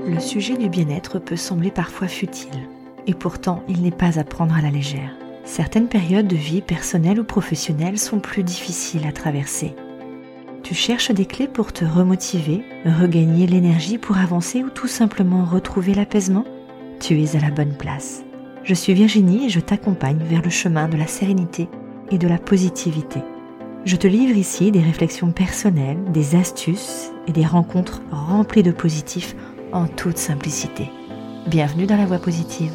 Le sujet du bien-être peut sembler parfois futile, et pourtant il n'est pas à prendre à la légère. Certaines périodes de vie personnelle ou professionnelle sont plus difficiles à traverser. Tu cherches des clés pour te remotiver, regagner l'énergie pour avancer ou tout simplement retrouver l'apaisement ? Tu es à la bonne place. Je suis Virginie et je t'accompagne vers le chemin de la sérénité et de la positivité. Je te livre ici des réflexions personnelles, des astuces et des rencontres remplies de positifs en toute simplicité. Bienvenue dans la voie positive.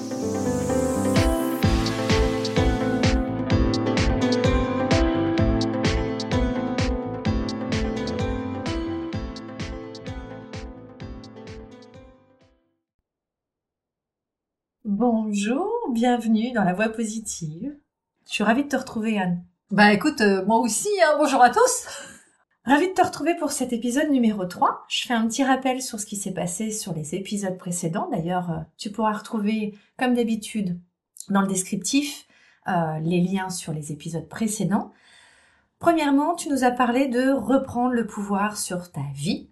Bonjour, bienvenue dans la voie positive. Je suis ravie de te retrouver, Anne. Bah écoute, moi aussi, bonjour à tous. Ravie de te retrouver pour cet épisode numéro 3. Je fais un petit rappel sur ce qui s'est passé sur les épisodes précédents. D'ailleurs, tu pourras retrouver, comme d'habitude, dans le descriptif, les liens sur les épisodes précédents. Premièrement, tu nous as parlé de reprendre le pouvoir sur ta vie,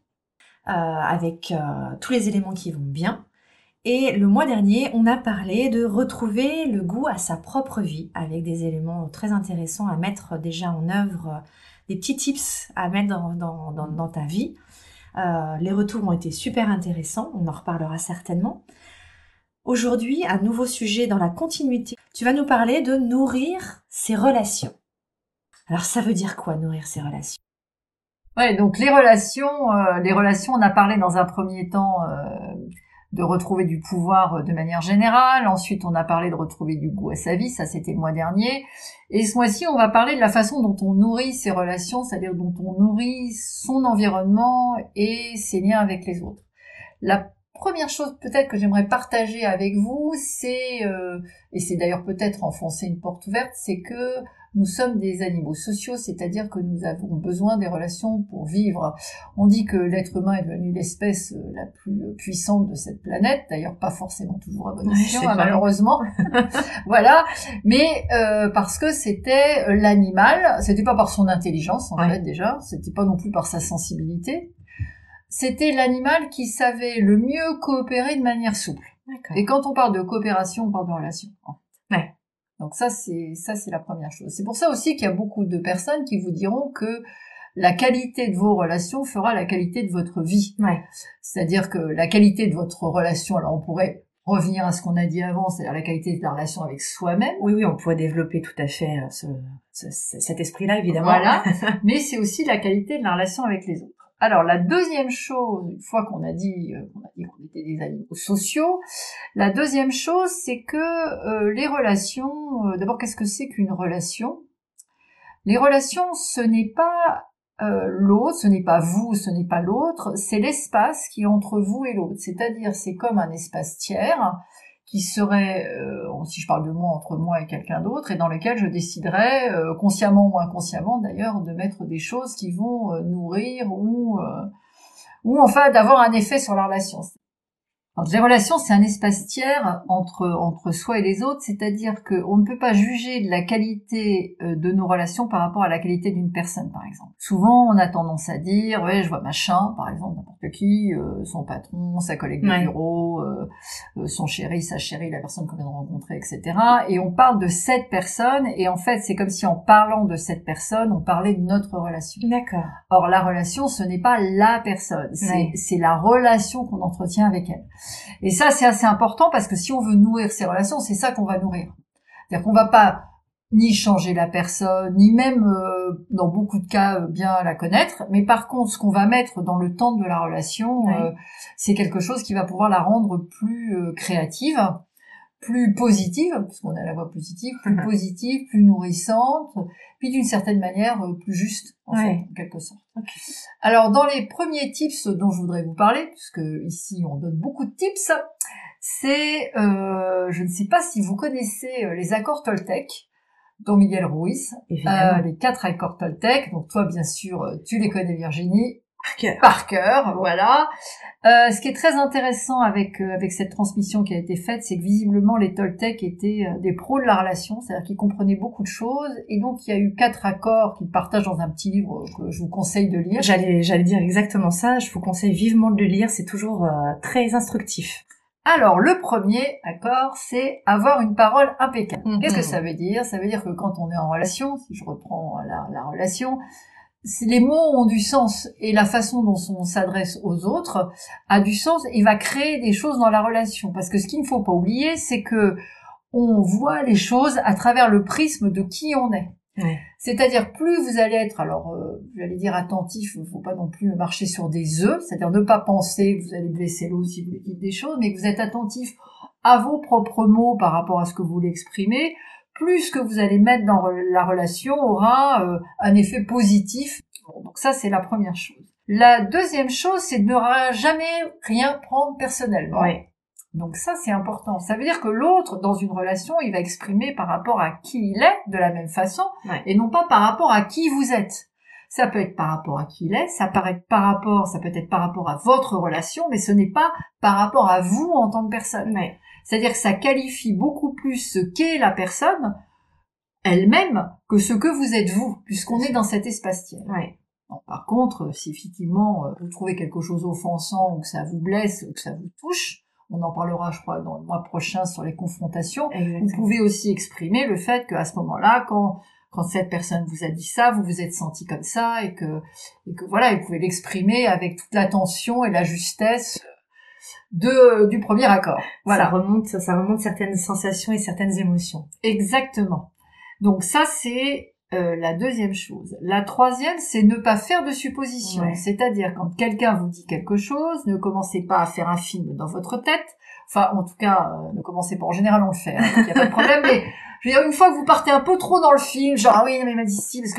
avec tous les éléments qui vont bien. Et le mois dernier, on a parlé de retrouver le goût à sa propre vie, avec des éléments très intéressants à mettre déjà en œuvre, des petits tips à mettre dans ta vie. Les retours ont été super intéressants, on en reparlera certainement. Aujourd'hui, un nouveau sujet dans la continuité. Tu vas nous parler de nourrir ses relations. Alors ça veut dire quoi, nourrir ses relations ? Ouais, donc les relations, on a parlé dans un premier temps de retrouver du pouvoir de manière générale. Ensuite, on a parlé de retrouver du goût à sa vie. Ça, c'était le mois dernier. Et ce mois-ci, on va parler de la façon dont on nourrit ses relations, c'est-à-dire dont on nourrit son environnement et ses liens avec les autres. La première chose peut-être que j'aimerais partager avec vous, c'est, et c'est d'ailleurs peut-être enfoncer une porte ouverte, c'est que nous sommes des animaux sociaux, c'est-à-dire que nous avons besoin des relations pour vivre. On dit que l'être humain est devenu l'espèce la plus puissante de cette planète, d'ailleurs pas forcément toujours à bon escient, malheureusement. Voilà, mais parce que c'était l'animal, c'était pas par son intelligence en fait déjà, c'était pas non plus par sa sensibilité. C'était l'animal qui savait le mieux coopérer de manière souple. D'accord. Et quand on parle de coopération, on parle de relation. Ouais. Donc ça c'est la première chose. C'est pour ça aussi qu'il y a beaucoup de personnes qui vous diront que la qualité de vos relations fera la qualité de votre vie. Ouais. C'est-à-dire que la qualité de votre relation, alors on pourrait revenir à ce qu'on a dit avant, c'est-à-dire la qualité de la relation avec soi-même. Oui, on pourrait développer tout à fait cet esprit-là, évidemment. Voilà. Mais c'est aussi la qualité de la relation avec les autres. Alors, la deuxième chose, une fois qu'on a dit qu'on était des animaux sociaux, la deuxième chose, c'est que les relations, d'abord, qu'est-ce que c'est qu'une relation ? Les relations, ce n'est pas l'autre, ce n'est pas vous, ce n'est pas l'autre, c'est l'espace qui est entre vous et l'autre. C'est-à-dire, c'est comme un espace tiers qui serait, si je parle de moi, entre moi et quelqu'un d'autre, et dans lequel je déciderais, consciemment ou inconsciemment d'ailleurs, de mettre des choses qui vont nourrir ou enfin d'avoir un effet sur la relation. Donc, les relations, c'est un espace tiers entre soi et les autres, c'est-à-dire qu'on ne peut pas juger de la qualité de nos relations par rapport à la qualité d'une personne, par exemple. Souvent, on a tendance à dire, ouais, je vois machin, par exemple, n'importe qui, son patron, sa collègue de bureau, son chéri, sa chérie, la personne qu'on vient de rencontrer, etc. Et on parle de cette personne, et en fait, c'est comme si en parlant de cette personne, on parlait de notre relation. D'accord. Or, la relation, ce n'est pas la personne, c'est la relation qu'on entretient avec elle. Et ça, c'est assez important parce que si on veut nourrir ces relations, c'est ça qu'on va nourrir. C'est-à-dire qu'on va pas ni changer la personne, ni même, dans beaucoup de cas, bien la connaître. Mais par contre, ce qu'on va mettre dans le temps de la relation, c'est quelque chose qui va pouvoir la rendre plus créative, plus positive, puisqu'on a la voix positive, plus positive, plus nourrissante, puis d'une certaine manière plus juste, en fait, en quelque sorte. Okay. Alors, dans les premiers tips dont je voudrais vous parler, puisque ici on donne beaucoup de tips, c'est, je ne sais pas si vous connaissez les accords Toltec, dont Miguel Ruiz, les 4 accords Toltec. Donc toi, bien sûr, tu les connais, Virginie. par cœur, voilà. Ce qui est très intéressant avec cette transmission qui a été faite, c'est que visiblement les Toltecs étaient des pros de la relation, c'est-à-dire qu'ils comprenaient beaucoup de choses, et donc il y a eu 4 accords qu'ils partagent dans un petit livre que je vous conseille de lire. J'allais dire exactement ça, je vous conseille vivement de le lire, c'est toujours très instructif. Alors, le premier accord, c'est avoir une parole impeccable. Qu'est-ce que ça veut dire? Ça veut dire que quand on est en relation, si je reprends la relation, les mots ont du sens et la façon dont on s'adresse aux autres a du sens et va créer des choses dans la relation. Parce que ce qu'il ne faut pas oublier, c'est que on voit les choses à travers le prisme de qui on est. Ouais. C'est-à-dire plus vous allez être, j'allais dire attentif, il ne faut pas non plus marcher sur des œufs, c'est-à-dire ne pas penser que vous allez blesser l'autre si vous lui dites des choses, mais que vous êtes attentif à vos propres mots par rapport à ce que vous voulez exprimer, plus que vous allez mettre dans la relation aura un effet positif. Bon, donc ça, c'est la première chose. La deuxième chose, c'est de ne jamais rien prendre personnellement. Ouais. Donc ça, c'est important. Ça veut dire que l'autre, dans une relation, il va exprimer par rapport à qui il est, de la même façon, et non pas par rapport à qui vous êtes. Ça peut être par rapport à qui il est, ça peut être par rapport à votre relation, mais ce n'est pas par rapport à vous en tant que personne. Ouais. C'est-à-dire que ça qualifie beaucoup plus ce qu'est la personne elle-même que ce que vous êtes vous, puisqu'on est dans cet espace-tiers. Ouais. Bon, par contre, si effectivement vous trouvez quelque chose offensant ou que ça vous blesse ou que ça vous touche, on en parlera, je crois, dans le mois prochain sur les confrontations. Exactement. Vous pouvez aussi exprimer le fait qu'à ce moment-là, quand cette personne vous a dit ça, vous vous êtes senti comme ça et que voilà, vous pouvez l'exprimer avec toute l'attention et la justesse du premier accord. Voilà. Ça remonte certaines sensations et certaines émotions. Exactement. Donc ça, c'est la deuxième chose. La troisième, c'est ne pas faire de suppositions. Ouais. C'est-à-dire, quand quelqu'un vous dit quelque chose, ne commencez pas à faire un film dans votre tête. Enfin, en tout cas, ne commencez pas. En général, on le fait. Il n'y a pas de problème. Mais je veux dire, une fois que vous partez un peu trop dans le film, genre, ah oui, mais il m'a dit si, parce que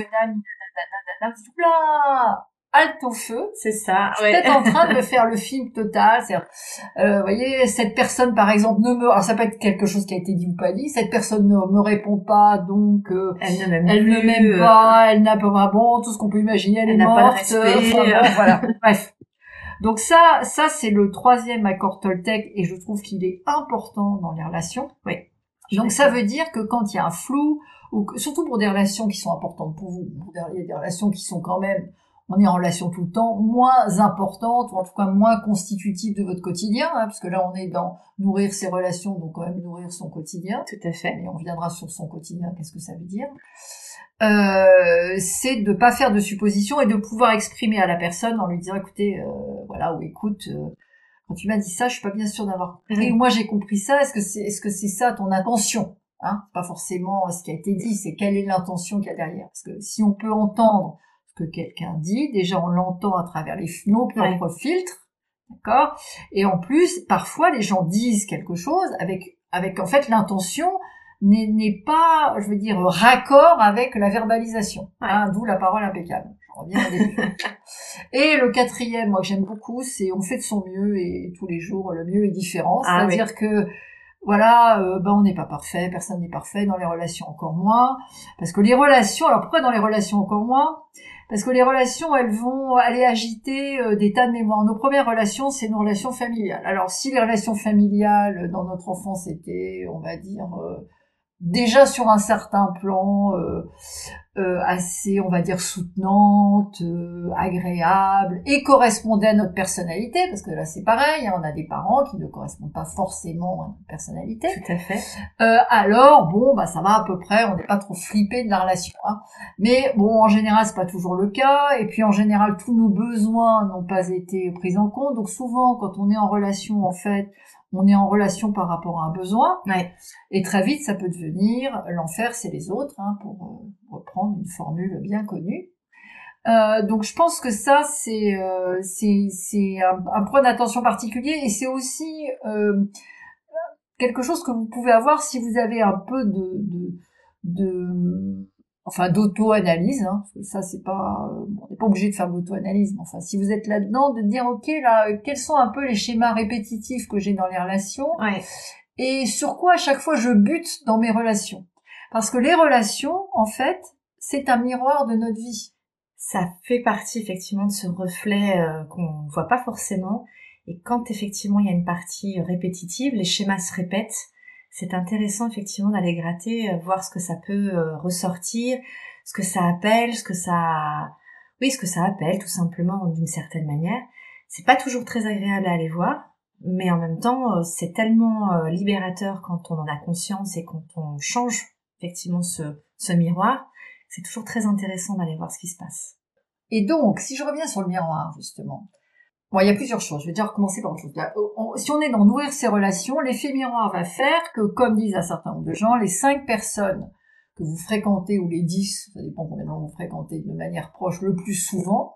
oula, halte au feu. C'est ça. Je suis peut-être en train de faire le film total. Vous voyez, cette personne, par exemple, alors ça peut être quelque chose qui a été dit ou pas dit. Cette personne ne me répond pas, donc elle ne m'aime pas, elle n'a pas tout ce qu'on peut imaginer, elle est morte. Pas de respect. Bon, voilà. Bref. Donc ça c'est le troisième accord Toltec et je trouve qu'il est important dans les relations. Oui. Donc ça veut dire que quand il y a un flou, surtout pour des relations qui sont importantes pour vous, il y a des relations qui sont quand même, on est en relation tout le temps, moins importantes, ou en tout cas moins constitutives de votre quotidien, parce que là on est dans nourrir ses relations, donc quand même nourrir son quotidien. Tout à fait. Et on viendra sur son quotidien, qu'est-ce que ça veut dire ? C'est de pas faire de suppositions et de pouvoir exprimer à la personne en lui disant écoutez, voilà, ou écoute, quand tu m'as dit ça, je suis pas bien sûre d'avoir compris. Moi j'ai compris ça. Est-ce que c'est ça ton intention ? Pas forcément ce qui a été dit, c'est quelle est l'intention qu'il y a derrière. Parce que si on peut entendre ce que quelqu'un dit, déjà on l'entend à travers nos propres filtres, d'accord ? Et en plus, parfois les gens disent quelque chose avec en fait l'intention n'est pas, je veux dire, raccord avec la verbalisation. D'où la parole impeccable. Je reviens au début. Et le quatrième, moi que j'aime beaucoup, c'est on fait de son mieux et tous les jours le mieux est différent. C'est-à-dire que voilà, on n'est pas parfait, personne n'est parfait, dans les relations encore moins. Parce que les relations, alors pourquoi dans les relations encore moins ? Parce que les relations, elles vont aller agiter des tas de mémoires. Nos premières relations, c'est nos relations familiales. Alors si les relations familiales dans notre enfance étaient, on va dire, déjà sur un certain plan assez, on va dire, soutenante, agréable, et correspondait à notre personnalité, parce que là c'est pareil, on a des parents qui ne correspondent pas forcément à notre personnalité. Tout à fait. Alors ça va à peu près, on n'est pas trop flippé de la relation. Mais bon, en général c'est pas toujours le cas, et puis en général tous nos besoins n'ont pas été pris en compte. Donc souvent quand on est en relation, en fait, on est en relation par rapport à un besoin, et très vite ça peut devenir l'enfer c'est les autres, pour reprendre une formule bien connue. Donc je pense que ça c'est un point d'attention particulier, et c'est aussi quelque chose que vous pouvez avoir si vous avez un peu d'auto-analyse, ça c'est pas, on n'est pas obligé de faire de l'auto-analyse, mais enfin si vous êtes là-dedans, de dire ok là, quels sont un peu les schémas répétitifs que j'ai dans les relations, et sur quoi à chaque fois je bute dans mes relations, parce que les relations en fait c'est un miroir de notre vie. Ça fait partie effectivement de ce reflet qu'on voit pas forcément. Et quand effectivement il y a une partie répétitive, les schémas se répètent, c'est intéressant effectivement d'aller gratter, voir ce que ça peut ressortir, ce que ça appelle, ce que ça appelle tout simplement d'une certaine manière. C'est pas toujours très agréable à aller voir, mais en même temps c'est tellement libérateur quand on en a conscience et quand on change effectivement ce miroir. C'est toujours très intéressant d'aller voir ce qui se passe. Et donc, si je reviens sur le miroir, justement, bon, il y a plusieurs choses. Je vais déjà recommencer par autre chose. Si on est dans nourrir ses relations, l'effet miroir va faire que, comme disent un certain nombre de gens, les 5 personnes que vous fréquentez, ou les 10, ça dépend combien de gens vous fréquentez de manière proche le plus souvent,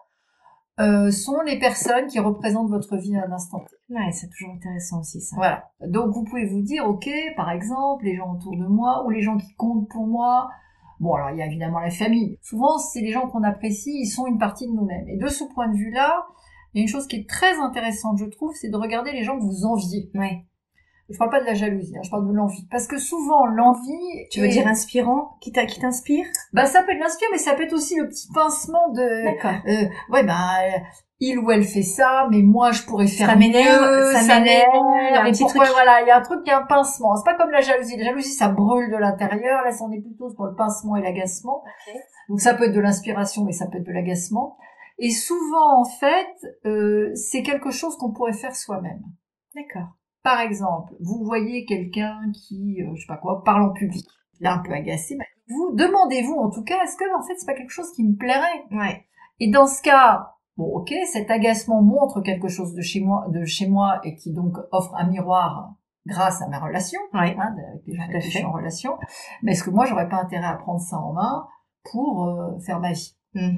sont les personnes qui représentent votre vie à l'instant T. Ouais, c'est toujours intéressant aussi ça. Voilà. Donc vous pouvez vous dire, ok, par exemple, les gens autour de moi, ou les gens qui comptent pour moi. Bon, alors il y a évidemment la famille. Souvent, c'est les gens qu'on apprécie, ils sont une partie de nous-mêmes. Et de ce point de vue-là, il y a une chose qui est très intéressante, je trouve, c'est de regarder les gens que vous enviez. Ouais. Je parle pas de la jalousie, je parle de l'envie. Parce que souvent, l'envie... Tu veux dire inspirant, qui t'inspire? Bah, ça peut être l'inspire, mais ça peut être aussi le petit pincement de... D'accord. Il ou elle fait ça, mais moi, je pourrais faire ça mieux, ça m'énerve, mais pourquoi, voilà, il y a un truc qui est un pincement. C'est pas comme la jalousie. La jalousie, ça brûle de l'intérieur. Là, on est plutôt sur le pincement et l'agacement. Okay. Donc, ça peut être de l'inspiration, mais ça peut être de l'agacement. Et souvent, en fait, c'est quelque chose qu'on pourrait faire soi-même. D'accord. Par exemple, vous voyez quelqu'un qui, je sais pas quoi, parle en public. Là, un peu agacé. Bah, vous demandez-vous, en tout cas, est-ce que, en fait, c'est pas quelque chose qui me plairait? Ouais. Et dans ce cas, bon, ok, cet agacement montre quelque chose de chez moi et qui donc offre un miroir grâce à ma relation, ouais. Avec les gens avec qui je suis en relation. Mais est-ce que moi, j'aurais pas intérêt à prendre ça en main pour faire ma vie?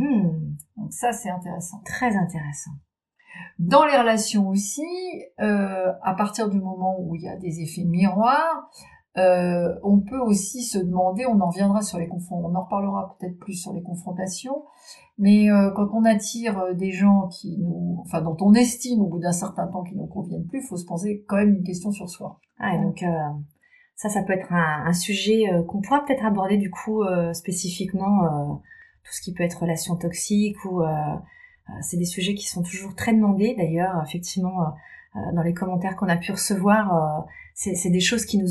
Donc ça, c'est intéressant. Très intéressant. Dans les relations aussi, à partir du moment où il y a des effets miroirs, on peut aussi se demander, on en reviendra sur on en reparlera peut-être plus sur les confrontations, mais quand on attire des gens dont on estime au bout d'un certain temps qu'ils nous conviennent plus, il faut se poser quand même une question sur soi. Ah, et donc ça peut être un sujet qu'on pourra peut-être aborder du coup spécifiquement, tout ce qui peut être relations toxiques ou c'est des sujets qui sont toujours très demandés d'ailleurs, effectivement, dans les commentaires qu'on a pu recevoir, c'est des choses qui nous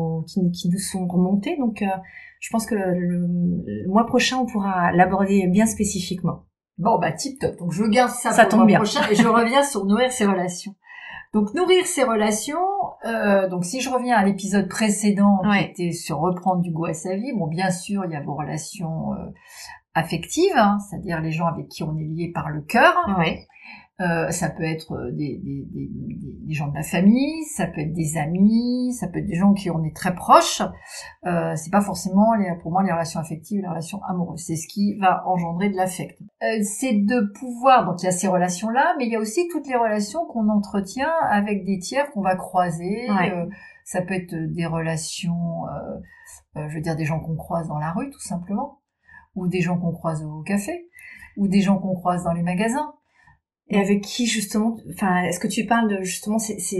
sont remontées, donc je pense que le mois prochain on pourra l'aborder bien spécifiquement. Bon bah tip top, donc je garde ça pour le mois prochain et je reviens sur nourrir ses relations. Donc nourrir ses relations, donc si je reviens à l'épisode précédent qui était sur reprendre du goût à sa vie, bon bien sûr il y a vos relations affectives, c'est-à-dire les gens avec qui on est lié par le cœur. Ouais. Ça peut être des gens de la famille, ça peut être des amis, ça peut être des gens qui on est très proches. C'est pas forcément pour moi les relations affectives, les relations amoureuses. C'est ce qui va engendrer de l'affect. C'est de pouvoir, donc il y a ces relations-là, mais il y a aussi toutes les relations qu'on entretient avec des tiers qu'on va croiser. Ouais. Ça peut être des relations, je veux dire des gens qu'on croise dans la rue tout simplement, ou des gens qu'on croise au café, ou des gens qu'on croise dans les magasins. Et avec qui justement, est-ce que tu parles de justement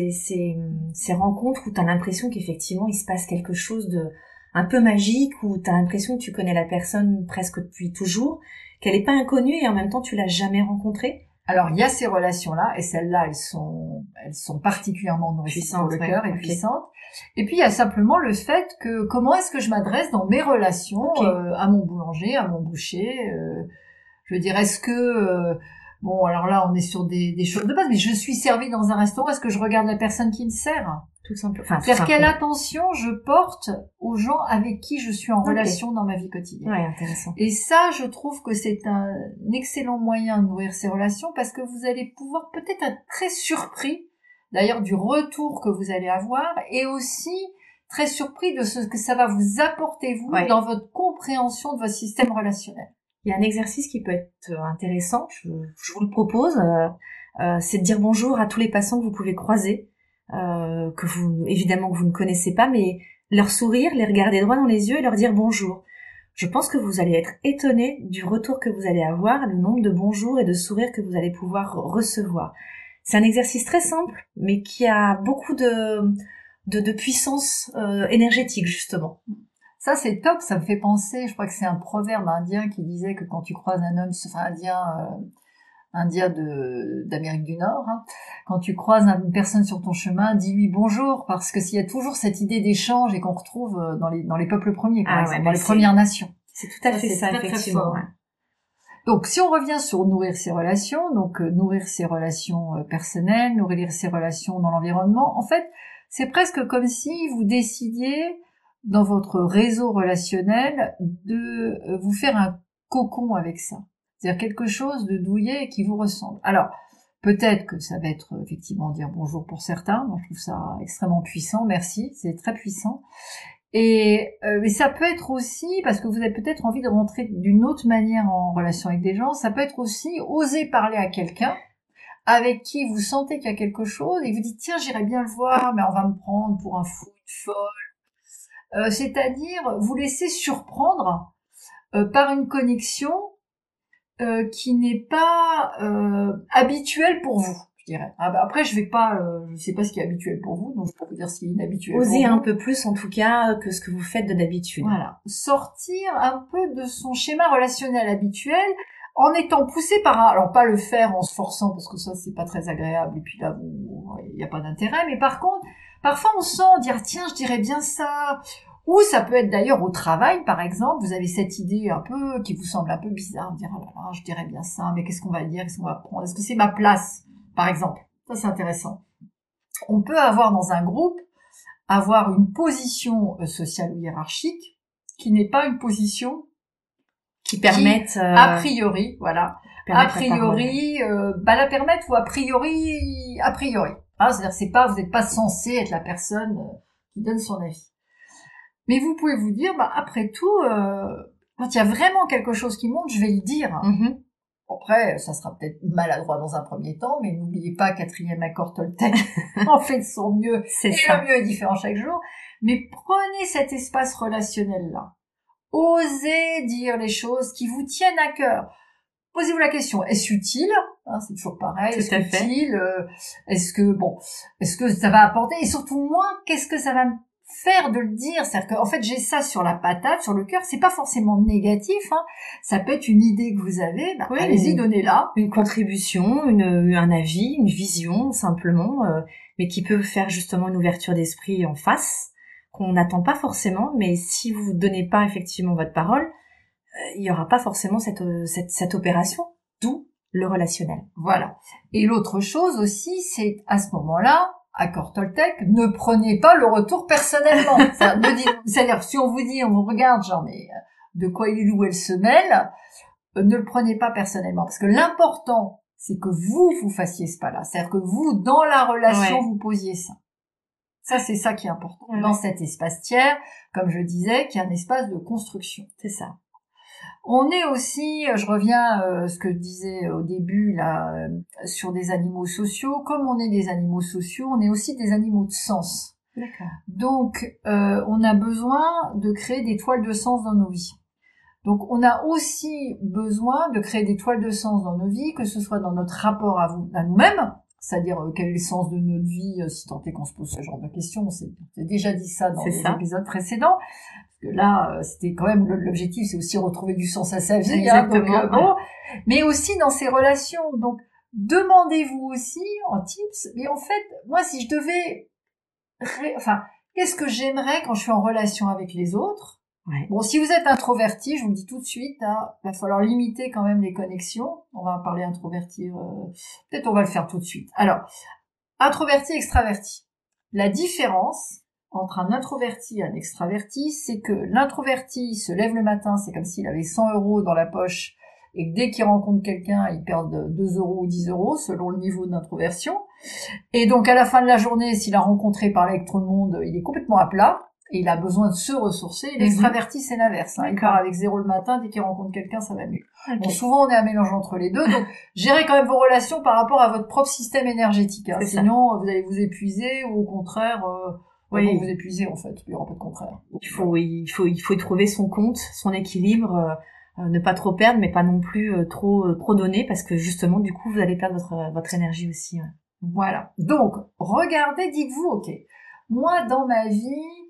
ces rencontres où t'as l'impression qu'effectivement il se passe quelque chose de un peu magique, où t'as l'impression que tu connais la personne presque depuis toujours, qu'elle est pas inconnue et en même temps tu l'as jamais rencontrée? Alors il y a ces relations-là et celles-là elles sont particulièrement nourrissantes pour le cœur et puissantes. Et puis il y a simplement le fait que comment est-ce que je m'adresse dans mes relations à mon boulanger, à mon boucher. Je veux dire, est-ce que bon, alors là, on est sur des choses de base, mais je suis servie dans un restaurant, est-ce que je regarde la personne qui me sert? Tout simplement. C'est-à-dire quelle attention je porte aux gens avec qui je suis en relation dans ma vie quotidienne. Ouais, intéressant. Et ça, je trouve que c'est un excellent moyen de nourrir ces relations parce que vous allez pouvoir peut-être être très surpris, d'ailleurs, du retour que vous allez avoir et aussi très surpris de ce que ça va vous apporter, vous, dans votre compréhension de votre système relationnel. Il y a un exercice qui peut être intéressant, je vous le propose, c'est de dire bonjour à tous les passants que vous pouvez croiser, évidemment que vous ne connaissez pas, mais leur sourire, les regarder droit dans les yeux et leur dire bonjour. Je pense que vous allez être étonnés du retour que vous allez avoir, le nombre de bonjours et de sourires que vous allez pouvoir recevoir. C'est un exercice très simple, mais qui a beaucoup de puissance énergétique, justement. Ça, c'est top, ça me fait penser, je crois que c'est un proverbe indien qui disait que quand tu croises un homme, enfin indien d'Amérique du Nord, hein, quand tu croises une personne sur ton chemin, dis-lui bonjour, parce que s'il y a toujours cette idée d'échange et qu'on retrouve dans les peuples premiers, par exemple, dans les Premières Nations. C'est tout à fait ça, très, effectivement. Très fort. Ouais. Donc, si on revient sur nourrir ses relations, donc nourrir ses relations personnelles, nourrir ses relations dans l'environnement, en fait, c'est presque comme si vous décidiez dans votre réseau relationnel de vous faire un cocon avec ça. C'est-à-dire quelque chose de douillet et qui vous ressemble. Alors, peut-être que ça va être effectivement dire bonjour pour certains. Moi, je trouve ça extrêmement puissant. Merci, c'est très puissant. Mais ça peut être aussi, parce que vous avez peut-être envie de rentrer d'une autre manière en relation avec des gens, ça peut être aussi oser parler à quelqu'un avec qui vous sentez qu'il y a quelque chose et vous dites tiens j'irais bien le voir mais on va me prendre pour un fou, une folle. C'est-à-dire vous laisser surprendre par une connexion qui n'est pas habituelle pour vous. Je dirais. Après, je sais pas ce qui est habituel pour vous, donc je peux vous dire ce qui est inhabituel. Osez un peu plus, en tout cas, que ce que vous faites de d'habitude. Voilà. Sortir un peu de son schéma relationnel habituel, en étant poussé par alors pas le faire en se forçant, parce que ça, c'est pas très agréable, et puis là, il n'y a pas d'intérêt, mais par contre, parfois on sent dire, tiens, je dirais bien ça, ou ça peut être d'ailleurs au travail, par exemple, vous avez cette idée un peu, qui vous semble un peu bizarre, dire, oh là là, je dirais bien ça, mais qu'est-ce qu'on va dire, qu'est-ce qu'on va prendre, est-ce que c'est ma place? Par exemple, ça c'est intéressant. On peut avoir dans un groupe, avoir une position sociale ou hiérarchique qui n'est pas une position qui permette a priori, voilà, a priori, la permettre ou a priori. Hein, c'est-à-dire c'est pas, vous n'êtes pas censé être la personne qui donne son avis. Mais vous pouvez vous dire, après tout, quand il y a vraiment quelque chose qui monte, je vais le dire. Mm-hmm. Après, ça sera peut-être maladroit dans un premier temps, mais n'oubliez pas, 4e accord Toltec, on fait de son mieux, et le mieux est différent chaque jour. Mais prenez cet espace relationnel-là. Osez dire les choses qui vous tiennent à cœur. Posez-vous la question, est-ce utile? C'est toujours pareil. Est-ce utile? Est-ce que ça va apporter? Et surtout, moi, qu'est-ce que ça va me faire de le dire? C'est-à-dire qu'en fait, j'ai ça sur la patate, sur le cœur. C'est pas forcément négatif, Ça peut être une idée que vous avez. Oui, allez-y, donnez-la. Une contribution, un avis, une vision, simplement, mais qui peut faire justement une ouverture d'esprit en face, qu'on n'attend pas forcément, mais si vous donnez pas effectivement votre parole, il y aura pas forcément cette opération, d'où le relationnel. Voilà. Et l'autre chose aussi, c'est à ce moment-là, accord Toltec, ne prenez pas le retour personnellement. C'est-à-dire, si on vous dit, on vous regarde, genre, mais de quoi il ou elle se mêle, ne le prenez pas personnellement. Parce que l'important, c'est que vous fassiez ce pas-là. C'est-à-dire que vous, dans la relation, vous posiez ça. Ça, c'est ça qui est important. Dans cet espace tiers, comme je disais, qui est un espace de construction. C'est ça. On est aussi, je reviens à ce que je disais au début là, sur des animaux sociaux. Comme on est des animaux sociaux, on est aussi des animaux de sens. D'accord. Donc, on a besoin de créer des toiles de sens dans nos vies. Donc, on a aussi besoin de créer des toiles de sens dans nos vies, que ce soit dans notre rapport à nous-mêmes, c'est-à-dire quel est le sens de notre vie, si tant est qu'on se pose ce genre de questions. J'ai déjà dit ça dans les épisodes précédents. Parce que là, c'était quand même l'objectif, c'est aussi retrouver du sens à sa vie. Exactement. Mais aussi dans ses relations. Donc, demandez-vous aussi en tips. Mais en fait, moi, si je devais, qu'est-ce que j'aimerais quand je suis en relation avec les autres? Bon, si vous êtes introverti, je vous le dis tout de suite, va falloir limiter quand même les connexions. On va parler introverti, peut-être on va le faire tout de suite. Alors, introverti, extraverti. La différence entre un introverti et un extraverti, c'est que l'introverti se lève le matin, c'est comme s'il avait 100 € dans la poche, et que dès qu'il rencontre quelqu'un, il perd 2 € ou 10 € selon le niveau d'introversion. Et donc, à la fin de la journée, s'il a rencontré, parlé avec tout le monde, il est complètement à plat. Et il a besoin de se ressourcer. Et l'extraverti, c'est l'inverse. Il part avec 0 le matin, dès qu'il rencontre quelqu'un, ça va mieux. Okay. Bon, souvent, on est un mélange entre les deux. Donc, gérez quand même vos relations par rapport à votre propre système énergétique. Sinon, vous allez vous épuiser ou au contraire, vous épuiser en fait. Il n'y aura pas de contraire. Il faut y trouver son compte, son équilibre, ne pas trop perdre, mais pas non plus trop donner, parce que justement, du coup, vous allez perdre votre énergie aussi. Voilà. Donc, regardez, dites-vous, ok, moi, dans ma vie,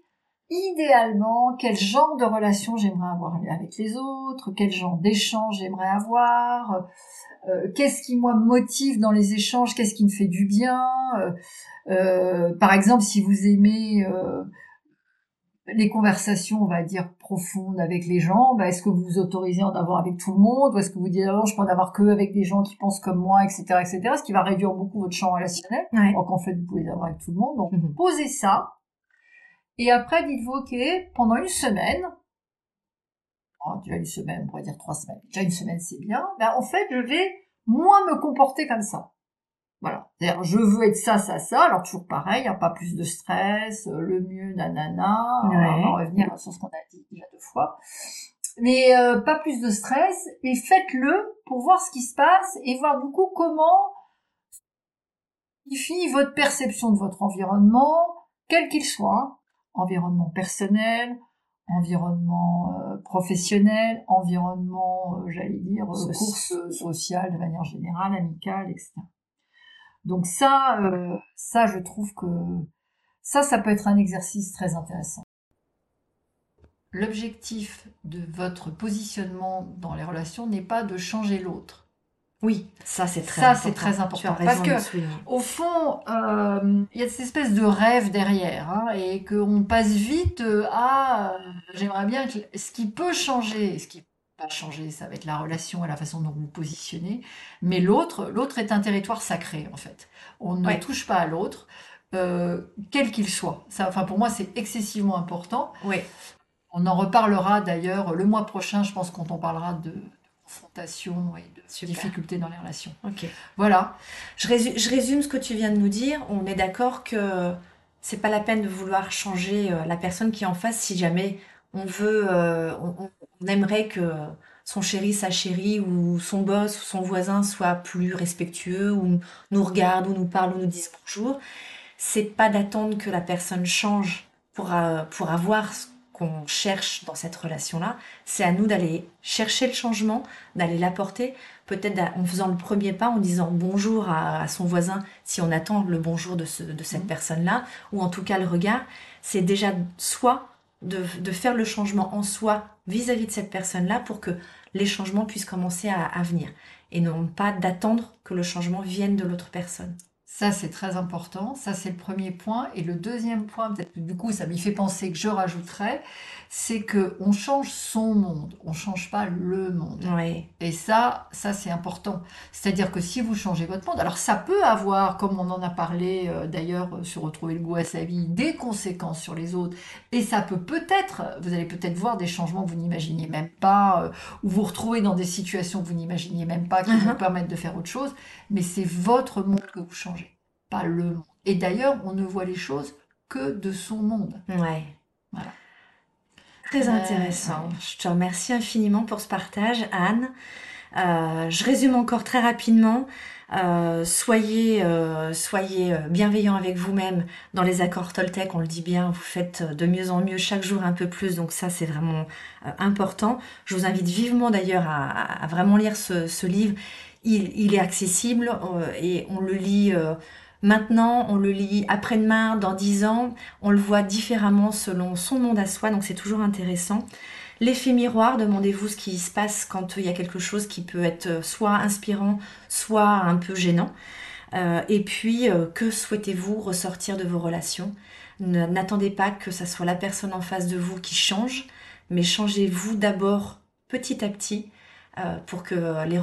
idéalement, quel genre de relation j'aimerais avoir avec les autres, quel genre d'échange j'aimerais avoir, qu'est-ce qui moi me motive dans les échanges, qu'est-ce qui me fait du bien. Par exemple, si vous aimez les conversations, on va dire, profondes avec les gens, est-ce que vous vous autorisez à en avoir avec tout le monde, ou est-ce que vous dites, non, je peux en avoir que avec des gens qui pensent comme moi, etc., etc., ce qui va réduire beaucoup votre champ relationnel. Ouais. Donc, en fait, vous pouvez l'avoir avec tout le monde. Donc, posez ça. Et après, dites-vous, ok, pendant une semaine, déjà une semaine, on pourrait dire 3 semaines. Déjà une semaine, c'est bien. En fait, je vais moins me comporter comme ça. Voilà. C'est-à-dire, je veux être ça, ça, ça. Alors, toujours pareil, pas plus de stress, le mieux, nanana. Ouais. On va revenir sur ce qu'on a dit déjà 2 fois. Mais pas plus de stress. Et faites-le pour voir ce qui se passe et voir du coup comment modifie votre perception de votre environnement, quel qu'il soit. Environnement personnel, environnement professionnel, environnement, j'allais dire, course sociale de manière générale, amicale, etc. Donc ça, je trouve que ça peut être un exercice très intéressant. L'objectif de votre positionnement dans les relations n'est pas de changer l'autre. Oui, ça c'est très important. C'est très important. Tu as raison parce que, de le souligner. Au fond, il y a cette espèce de rêve derrière, et qu'on passe vite à j'aimerais bien que ce qui peut changer, ce qui peut pas changer, ça va être la relation et la façon dont vous vous positionnez. Mais l'autre est un territoire sacré, en fait. On ne touche pas à l'autre, quel qu'il soit. Ça, pour moi, c'est excessivement important. Oui. On en reparlera d'ailleurs le mois prochain, je pense, quand on parlera de confrontation et de difficultés dans les relations. Ok. Voilà. Je résume ce que tu viens de nous dire. On est d'accord que c'est pas la peine de vouloir changer la personne qui est en face si jamais on veut, on aimerait que son chéri, sa chérie ou son boss ou son voisin soit plus respectueux ou nous regarde ou nous parle ou nous dise bonjour. C'est pas d'attendre que la personne change pour avoir ce qu'on cherche dans cette relation-là. C'est à nous d'aller chercher le changement, d'aller l'apporter, peut-être en faisant le premier pas, en disant bonjour à son voisin, si on attend le bonjour de cette personne-là, ou en tout cas le regard. C'est déjà soi de faire le changement en soi vis-à-vis de cette personne-là pour que les changements puissent commencer à venir. Et non pas d'attendre que le changement vienne de l'autre personne. Ça, c'est très important. Ça, c'est le premier point. Et le deuxième point, peut-être que du coup, ça m'y fait penser que je rajouterais, c'est que on change son monde. On change pas le monde. Oui. Et ça, c'est important. C'est-à-dire que si vous changez votre monde, alors ça peut avoir, comme on en a parlé d'ailleurs sur Retrouver le goût à sa vie, des conséquences sur les autres. Et ça peut vous allez peut-être voir des changements que vous n'imaginiez même pas, ou vous retrouvez dans des situations que vous n'imaginiez même pas, qui vous permettent de faire autre chose. Mais c'est votre monde que vous changez, pas le monde. Et d'ailleurs, on ne voit les choses que de son monde. Ouais. Voilà. Très intéressant. Ouais. Je te remercie infiniment pour ce partage, Anne. Je résume encore très rapidement. Soyez bienveillants avec vous-même dans les accords Toltec, on le dit bien, vous faites de mieux en mieux chaque jour un peu plus, donc ça c'est vraiment important. Je vous invite vivement d'ailleurs à vraiment lire ce livre. Il est accessible et on le lit maintenant, on le lit après-demain, dans 10 ans, on le voit différemment selon son monde à soi, donc c'est toujours intéressant. L'effet miroir, demandez-vous ce qui se passe quand il y a quelque chose qui peut être soit inspirant, soit un peu gênant. Et puis, que souhaitez-vous ressortir de vos relations ? N'attendez pas que ce soit la personne en face de vous qui change, mais changez-vous d'abord petit à petit pour que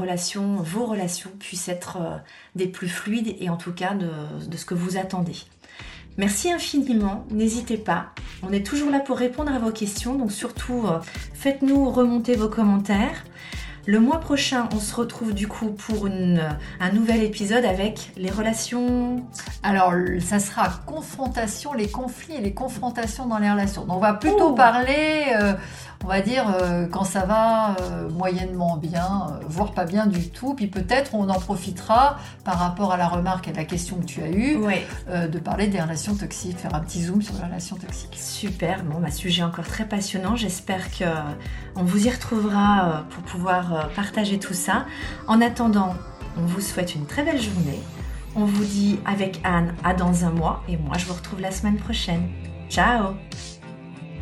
vos relations puissent être des plus fluides et en tout cas de ce que vous attendez. Merci infiniment, n'hésitez pas, on est toujours là pour répondre à vos questions, donc surtout faites-nous remonter vos commentaires. Le mois prochain, on se retrouve du coup pour un nouvel épisode avec les relations... Alors, ça sera confrontation, les conflits et les confrontations dans les relations. Donc, on va plutôt parler, on va dire, quand ça va moyennement bien, voire pas bien du tout. Puis peut-être on en profitera par rapport à la remarque et à la question que tu as eue, de parler des relations toxiques, faire un petit zoom sur les relations toxiques. Super, bon, sujet encore très passionnant. J'espère qu'on vous y retrouvera pour pouvoir partager tout ça. En attendant, on vous souhaite une très belle journée. On vous dit avec Anne à dans un mois et moi je vous retrouve la semaine prochaine. Ciao!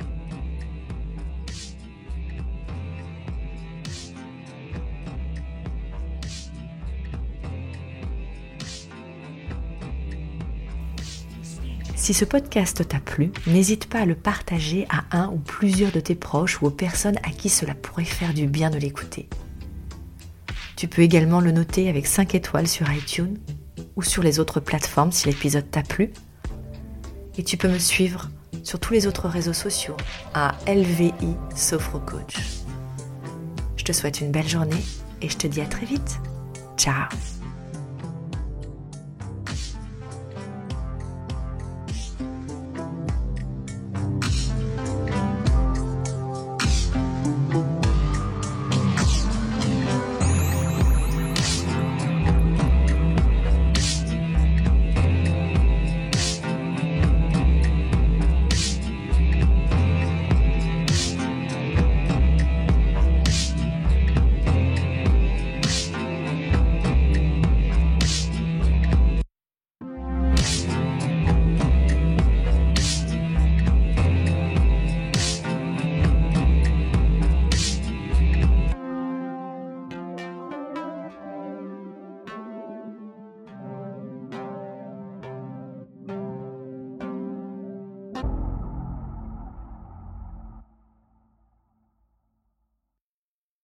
Si ce podcast t'a plu, n'hésite pas à le partager à un ou plusieurs de tes proches ou aux personnes à qui cela pourrait faire du bien de l'écouter. Tu peux également le noter avec 5 étoiles sur iTunes ou sur les autres plateformes si l'épisode t'a plu. Et tu peux me suivre sur tous les autres réseaux sociaux à LVI Sophrocoach. Je te souhaite une belle journée et je te dis à très vite. Ciao!